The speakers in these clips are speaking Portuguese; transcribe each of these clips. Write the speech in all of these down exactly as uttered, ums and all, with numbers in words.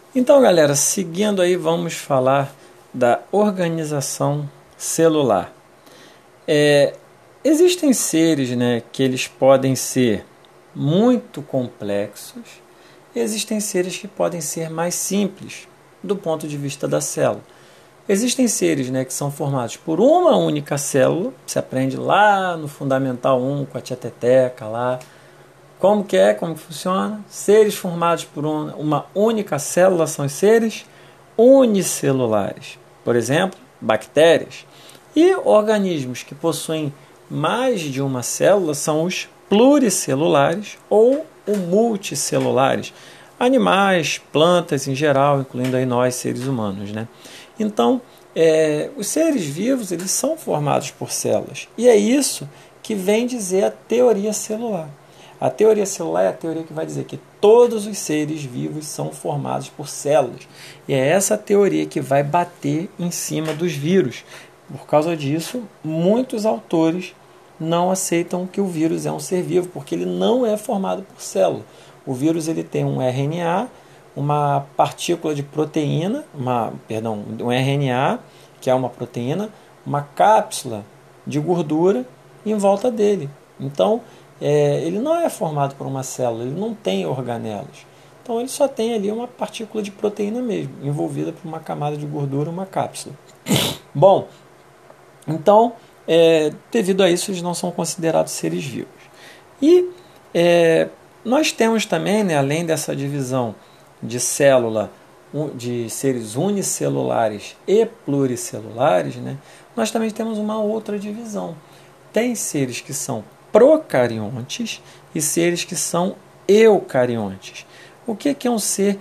Então, galera, seguindo aí, vamos falar da organização celular. É, existem seres, né, que eles podem ser muito complexos, e existem seres que podem ser mais simples do ponto de vista da célula. Existem seres, né, que são formados por uma única célula, se aprende lá no Fundamental um com a tia Teteca lá. Como que é, como que funciona? Seres formados por uma única célula são os seres unicelulares. Por exemplo, bactérias. E organismos que possuem mais de uma célula são os pluricelulares ou os multicelulares. Animais, plantas em geral, incluindo aí nós, seres humanos, né? Então, é, os seres vivos eles são formados por células. E é isso que vem dizer a teoria celular. A teoria celular é a teoria que vai dizer que todos os seres vivos são formados por células. E é essa teoria que vai bater em cima dos vírus. Por causa disso, muitos autores não aceitam que o vírus é um ser vivo, porque ele não é formado por célula. O vírus ele tem um R N A, uma partícula de proteína, uma, perdão, um R N A, que é uma proteína, uma cápsula de gordura em volta dele. Então, é, ele não é formado por uma célula, ele não tem organelos. Então, ele só tem ali uma partícula de proteína mesmo, envolvida por uma camada de gordura, uma cápsula. Bom, então, é, devido a isso, eles não são considerados seres vivos. E é, nós temos também, né, além dessa divisão de célula, de seres unicelulares e pluricelulares, né, nós também temos uma outra divisão. Tem seres que são procariontes e seres que são eucariontes. O que é um ser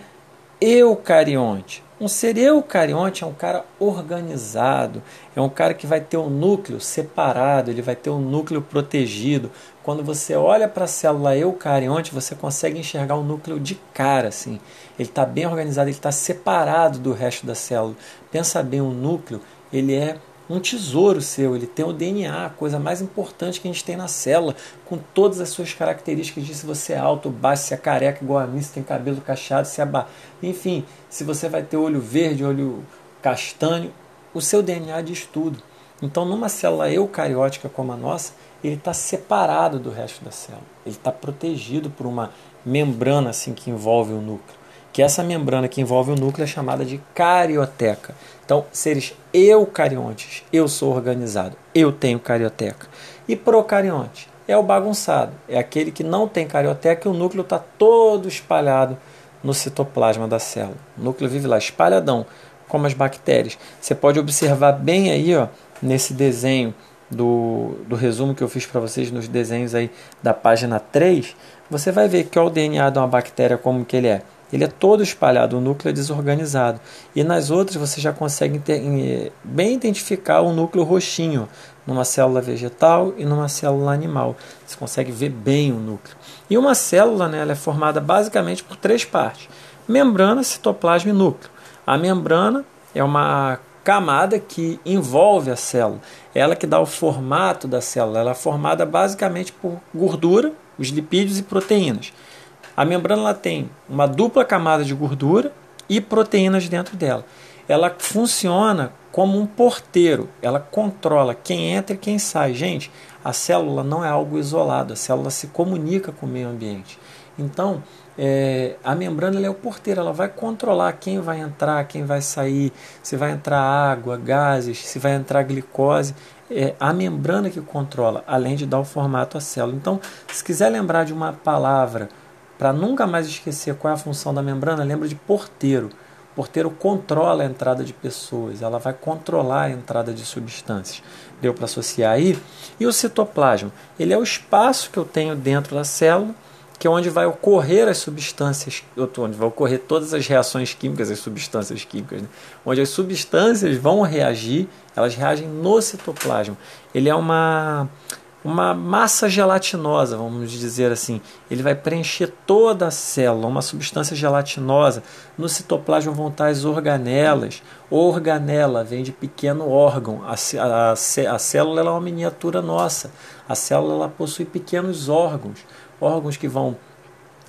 eucarionte? Um ser eucarionte é um cara organizado, é um cara que vai ter um núcleo separado, ele vai ter um núcleo protegido. Quando você olha para a célula eucarionte, você consegue enxergar o núcleo de cara, assim. Ele está bem organizado, ele está separado do resto da célula. Pensa bem, o núcleo, ele é um tesouro seu, ele tem o D N A, a coisa mais importante que a gente tem na célula, com todas as suas características de se você é alto, baixo, se é careca igual a mim, se tem cabelo cacheado, se é ba... enfim, se você vai ter olho verde, olho castanho, o seu D N A diz tudo. Então, numa célula eucariótica como a nossa, ele está separado do resto da célula, ele está protegido por uma membrana assim que envolve o núcleo. Que essa membrana que envolve o núcleo é chamada de carioteca. Então, seres eucariontes, eu sou organizado, eu tenho carioteca. E procarionte é o bagunçado, é aquele que não tem carioteca e o núcleo está todo espalhado no citoplasma da célula. O núcleo vive lá espalhadão, como as bactérias. Você pode observar bem aí, ó, nesse desenho do, do resumo que eu fiz para vocês, nos desenhos aí da página três, você vai ver que ó, o D N A de uma bactéria como que ele é. Ele é todo espalhado, o núcleo é desorganizado. E nas outras você já consegue ter, bem identificar o núcleo roxinho, numa célula vegetal e numa célula animal. Você consegue ver bem o núcleo. E uma célula, né, ela é formada basicamente por três partes: membrana, citoplasma e núcleo. A membrana é uma camada que envolve a célula. Ela que dá o formato da célula. Ela é formada basicamente por gordura, os lipídios e proteínas. A membrana ela tem uma dupla camada de gordura e proteínas dentro dela. Ela funciona como um porteiro, ela controla quem entra e quem sai. Gente, a célula não é algo isolado, a célula se comunica com o meio ambiente. Então, é, a membrana ela é o porteiro, ela vai controlar quem vai entrar, quem vai sair, se vai entrar água, gases, se vai entrar glicose. É a membrana que controla, além de dar o formato à célula. Então, se quiser lembrar de uma palavra, para nunca mais esquecer qual é a função da membrana, lembra de porteiro. O porteiro controla a entrada de pessoas, ela vai controlar a entrada de substâncias. Deu para associar aí? E o citoplasma? Ele é o espaço que eu tenho dentro da célula, que é onde vai ocorrer as substâncias, onde vai ocorrer todas as reações químicas, as substâncias químicas, né? Onde as substâncias vão reagir, elas reagem no citoplasma. Ele é uma... uma massa gelatinosa, vamos dizer assim. Ele vai preencher toda a célula, uma substância gelatinosa. No citoplasma vão estar as organelas. Organela vem de pequeno órgão. A, a, a célula é uma miniatura nossa. A célula ela possui pequenos órgãos. Órgãos que vão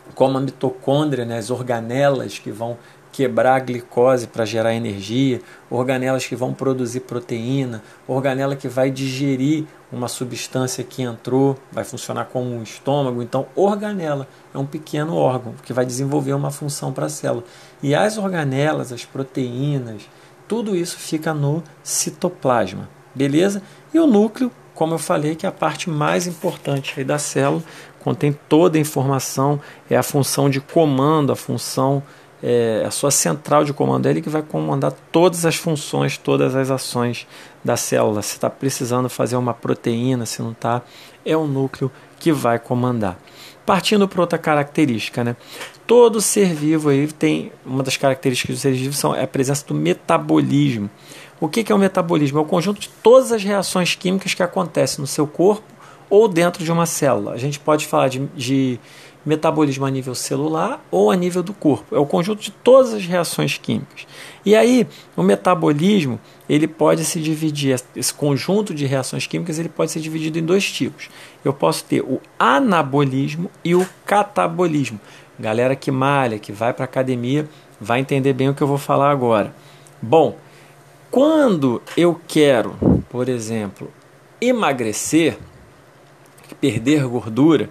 como a mitocôndria, né, as organelas que vão quebrar a glicose para gerar energia, organelas que vão produzir proteína, organela que vai digerir uma substância que entrou, vai funcionar como um estômago. Então, organela é um pequeno órgão que vai desenvolver uma função para a célula. E as organelas, as proteínas, tudo isso fica no citoplasma, beleza? E o núcleo, como eu falei, que é a parte mais importante aí da célula, contém toda a informação, é a função de comando, a função, é, a sua central de comando, é ele que vai comandar todas as funções, todas as ações da célula. Se está precisando fazer uma proteína, se não está, é o núcleo que vai comandar. Partindo para outra característica, né? Todo ser vivo aí tem, uma das características dos seres vivos são é a presença do metabolismo. O que é o metabolismo? É o conjunto de todas as reações químicas que acontecem no seu corpo ou dentro de uma célula. A gente pode falar de, de metabolismo a nível celular ou a nível do corpo. É o conjunto de todas as reações químicas. E aí, o metabolismo, ele pode se dividir, esse conjunto de reações químicas, ele pode ser dividido em dois tipos. Eu posso ter o anabolismo e o catabolismo. Galera que malha, que vai para a academia, vai entender bem o que eu vou falar agora. Bom, quando eu quero, por exemplo, emagrecer, perder gordura,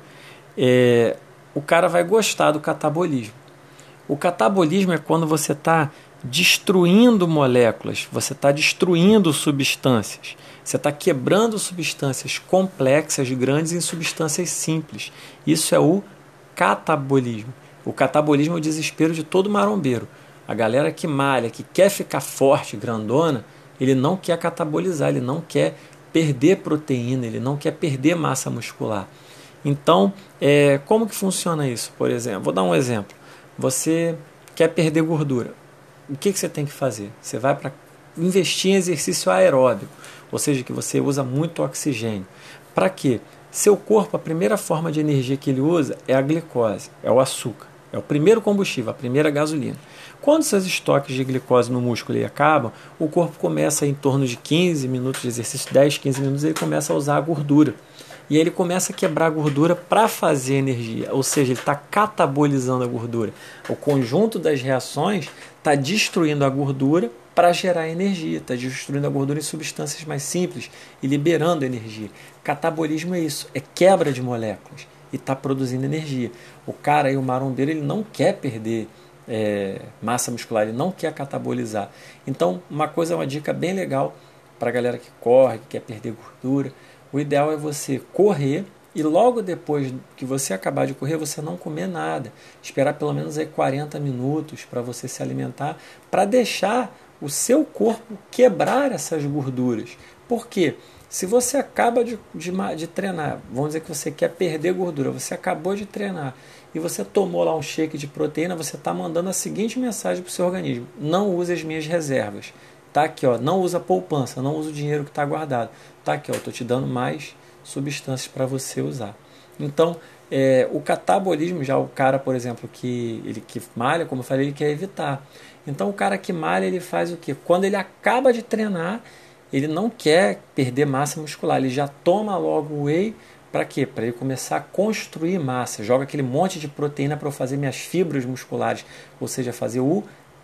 é, o cara vai gostar do catabolismo. O catabolismo é quando você está destruindo moléculas, você está destruindo substâncias, você está quebrando substâncias complexas, grandes, em substâncias simples. Isso é o catabolismo. O catabolismo é o desespero de todo marombeiro. A galera que malha, que quer ficar forte, grandona, ele não quer catabolizar, ele não quer perder proteína, ele não quer perder massa muscular. Então, é, como que funciona isso? Por exemplo, vou dar um exemplo. Você quer perder gordura. O que, que você tem que fazer? Você vai para investir em exercício aeróbico, ou seja, que você usa muito oxigênio. Para quê? Seu corpo, a primeira forma de energia que ele usa é a glicose, é o açúcar. É o primeiro combustível, a primeira gasolina. Quando seus estoques de glicose no músculo acabam, o corpo começa em torno de quinze minutos de exercício, dez, quinze minutos, ele começa a usar a gordura. E aí ele começa a quebrar a gordura para fazer energia, ou seja, ele está catabolizando a gordura. O conjunto das reações está destruindo a gordura para gerar energia, está destruindo a gordura em substâncias mais simples e liberando energia. Catabolismo é isso, é quebra de moléculas e está produzindo energia. O cara aí, o marombeiro, ele não quer perder é, massa muscular, ele não quer catabolizar. Então, uma coisa, uma dica bem legal para a galera que corre, que quer perder gordura, o ideal é você correr e logo depois que você acabar de correr, você não comer nada. Esperar pelo menos aí quarenta minutos para você se alimentar, para deixar o seu corpo quebrar essas gorduras. Por quê? Se você acaba de, de, de treinar, vamos dizer que você quer perder gordura, você acabou de treinar e você tomou lá um shake de proteína, você está mandando a seguinte mensagem para o seu organismo: não use as minhas reservas. Tá aqui, ó, não usa poupança, não usa o dinheiro que está guardado. Tá aqui, ó, estou te dando mais substâncias para você usar. Então, é, o catabolismo, já o cara, por exemplo, que ele que malha, como eu falei, ele quer evitar. Então, o cara que malha, ele faz o quê? Quando ele acaba de treinar, ele não quer perder massa muscular, ele já toma logo o whey. Para quê? Para ele começar a construir massa. Joga aquele monte de proteína para eu fazer minhas fibras musculares, ou seja, fazer o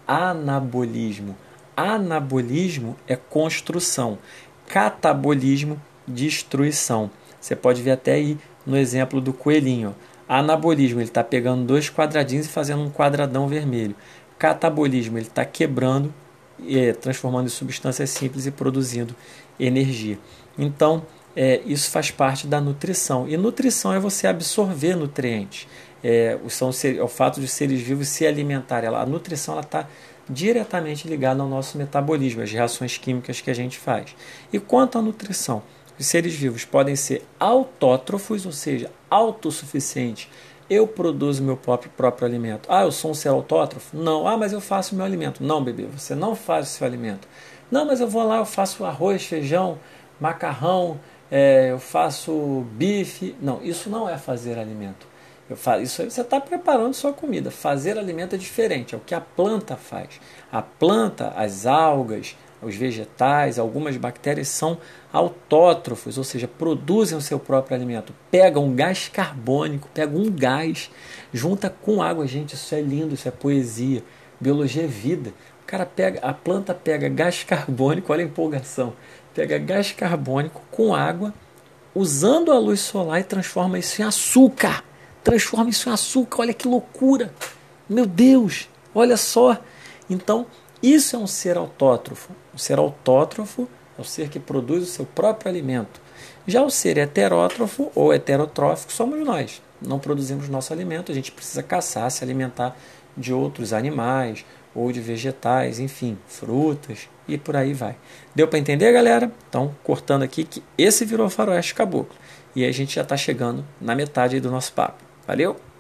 anabolismo. Anabolismo é construção, catabolismo, destruição. Você pode ver até aí no exemplo do coelhinho. Anabolismo, ele está pegando dois quadradinhos e fazendo um quadradão vermelho. Catabolismo, ele está quebrando, é, transformando em substâncias simples e produzindo energia. Então, é, isso faz parte da nutrição. E nutrição é você absorver nutrientes. É, são, é o fato de seres vivos se alimentarem. A nutrição está diretamente ligada ao nosso metabolismo, às reações químicas que a gente faz. E quanto à nutrição? Os seres vivos podem ser autótrofos, ou seja, autossuficientes. Eu produzo meu próprio, próprio alimento. Ah, eu sou um ser autótrofo? Não. Ah, mas eu faço o meu alimento. Não, bebê, você não faz o seu alimento. Não, mas eu vou lá, eu faço arroz, feijão, macarrão, é, eu faço bife. Não, isso não é fazer alimento. Eu falo, isso aí você está preparando sua comida. Fazer alimento é diferente, é o que a planta faz. A planta, as algas, os vegetais, algumas bactérias são autótrofos, ou seja, produzem o seu próprio alimento. Pegam um gás carbônico, pegam um gás, junta com água. Gente, isso é lindo, isso é poesia. Biologia é vida. O cara pega, a planta pega gás carbônico, olha a empolgação, pega gás carbônico com água, usando a luz solar e transforma isso em açúcar. Transforma isso em açúcar, olha que loucura. Meu Deus, olha só. Então, isso é um ser autótrofo. O ser autótrofo é o ser que produz o seu próprio alimento. Já o ser heterótrofo ou heterotrófico somos nós. Não produzimos nosso alimento, a gente precisa caçar, se alimentar de outros animais ou de vegetais, enfim, frutas e por aí vai. Deu para entender, galera? Então, cortando aqui que esse virou Faroeste Caboclo. E aí a gente já está chegando na metade aí do nosso papo. Valeu?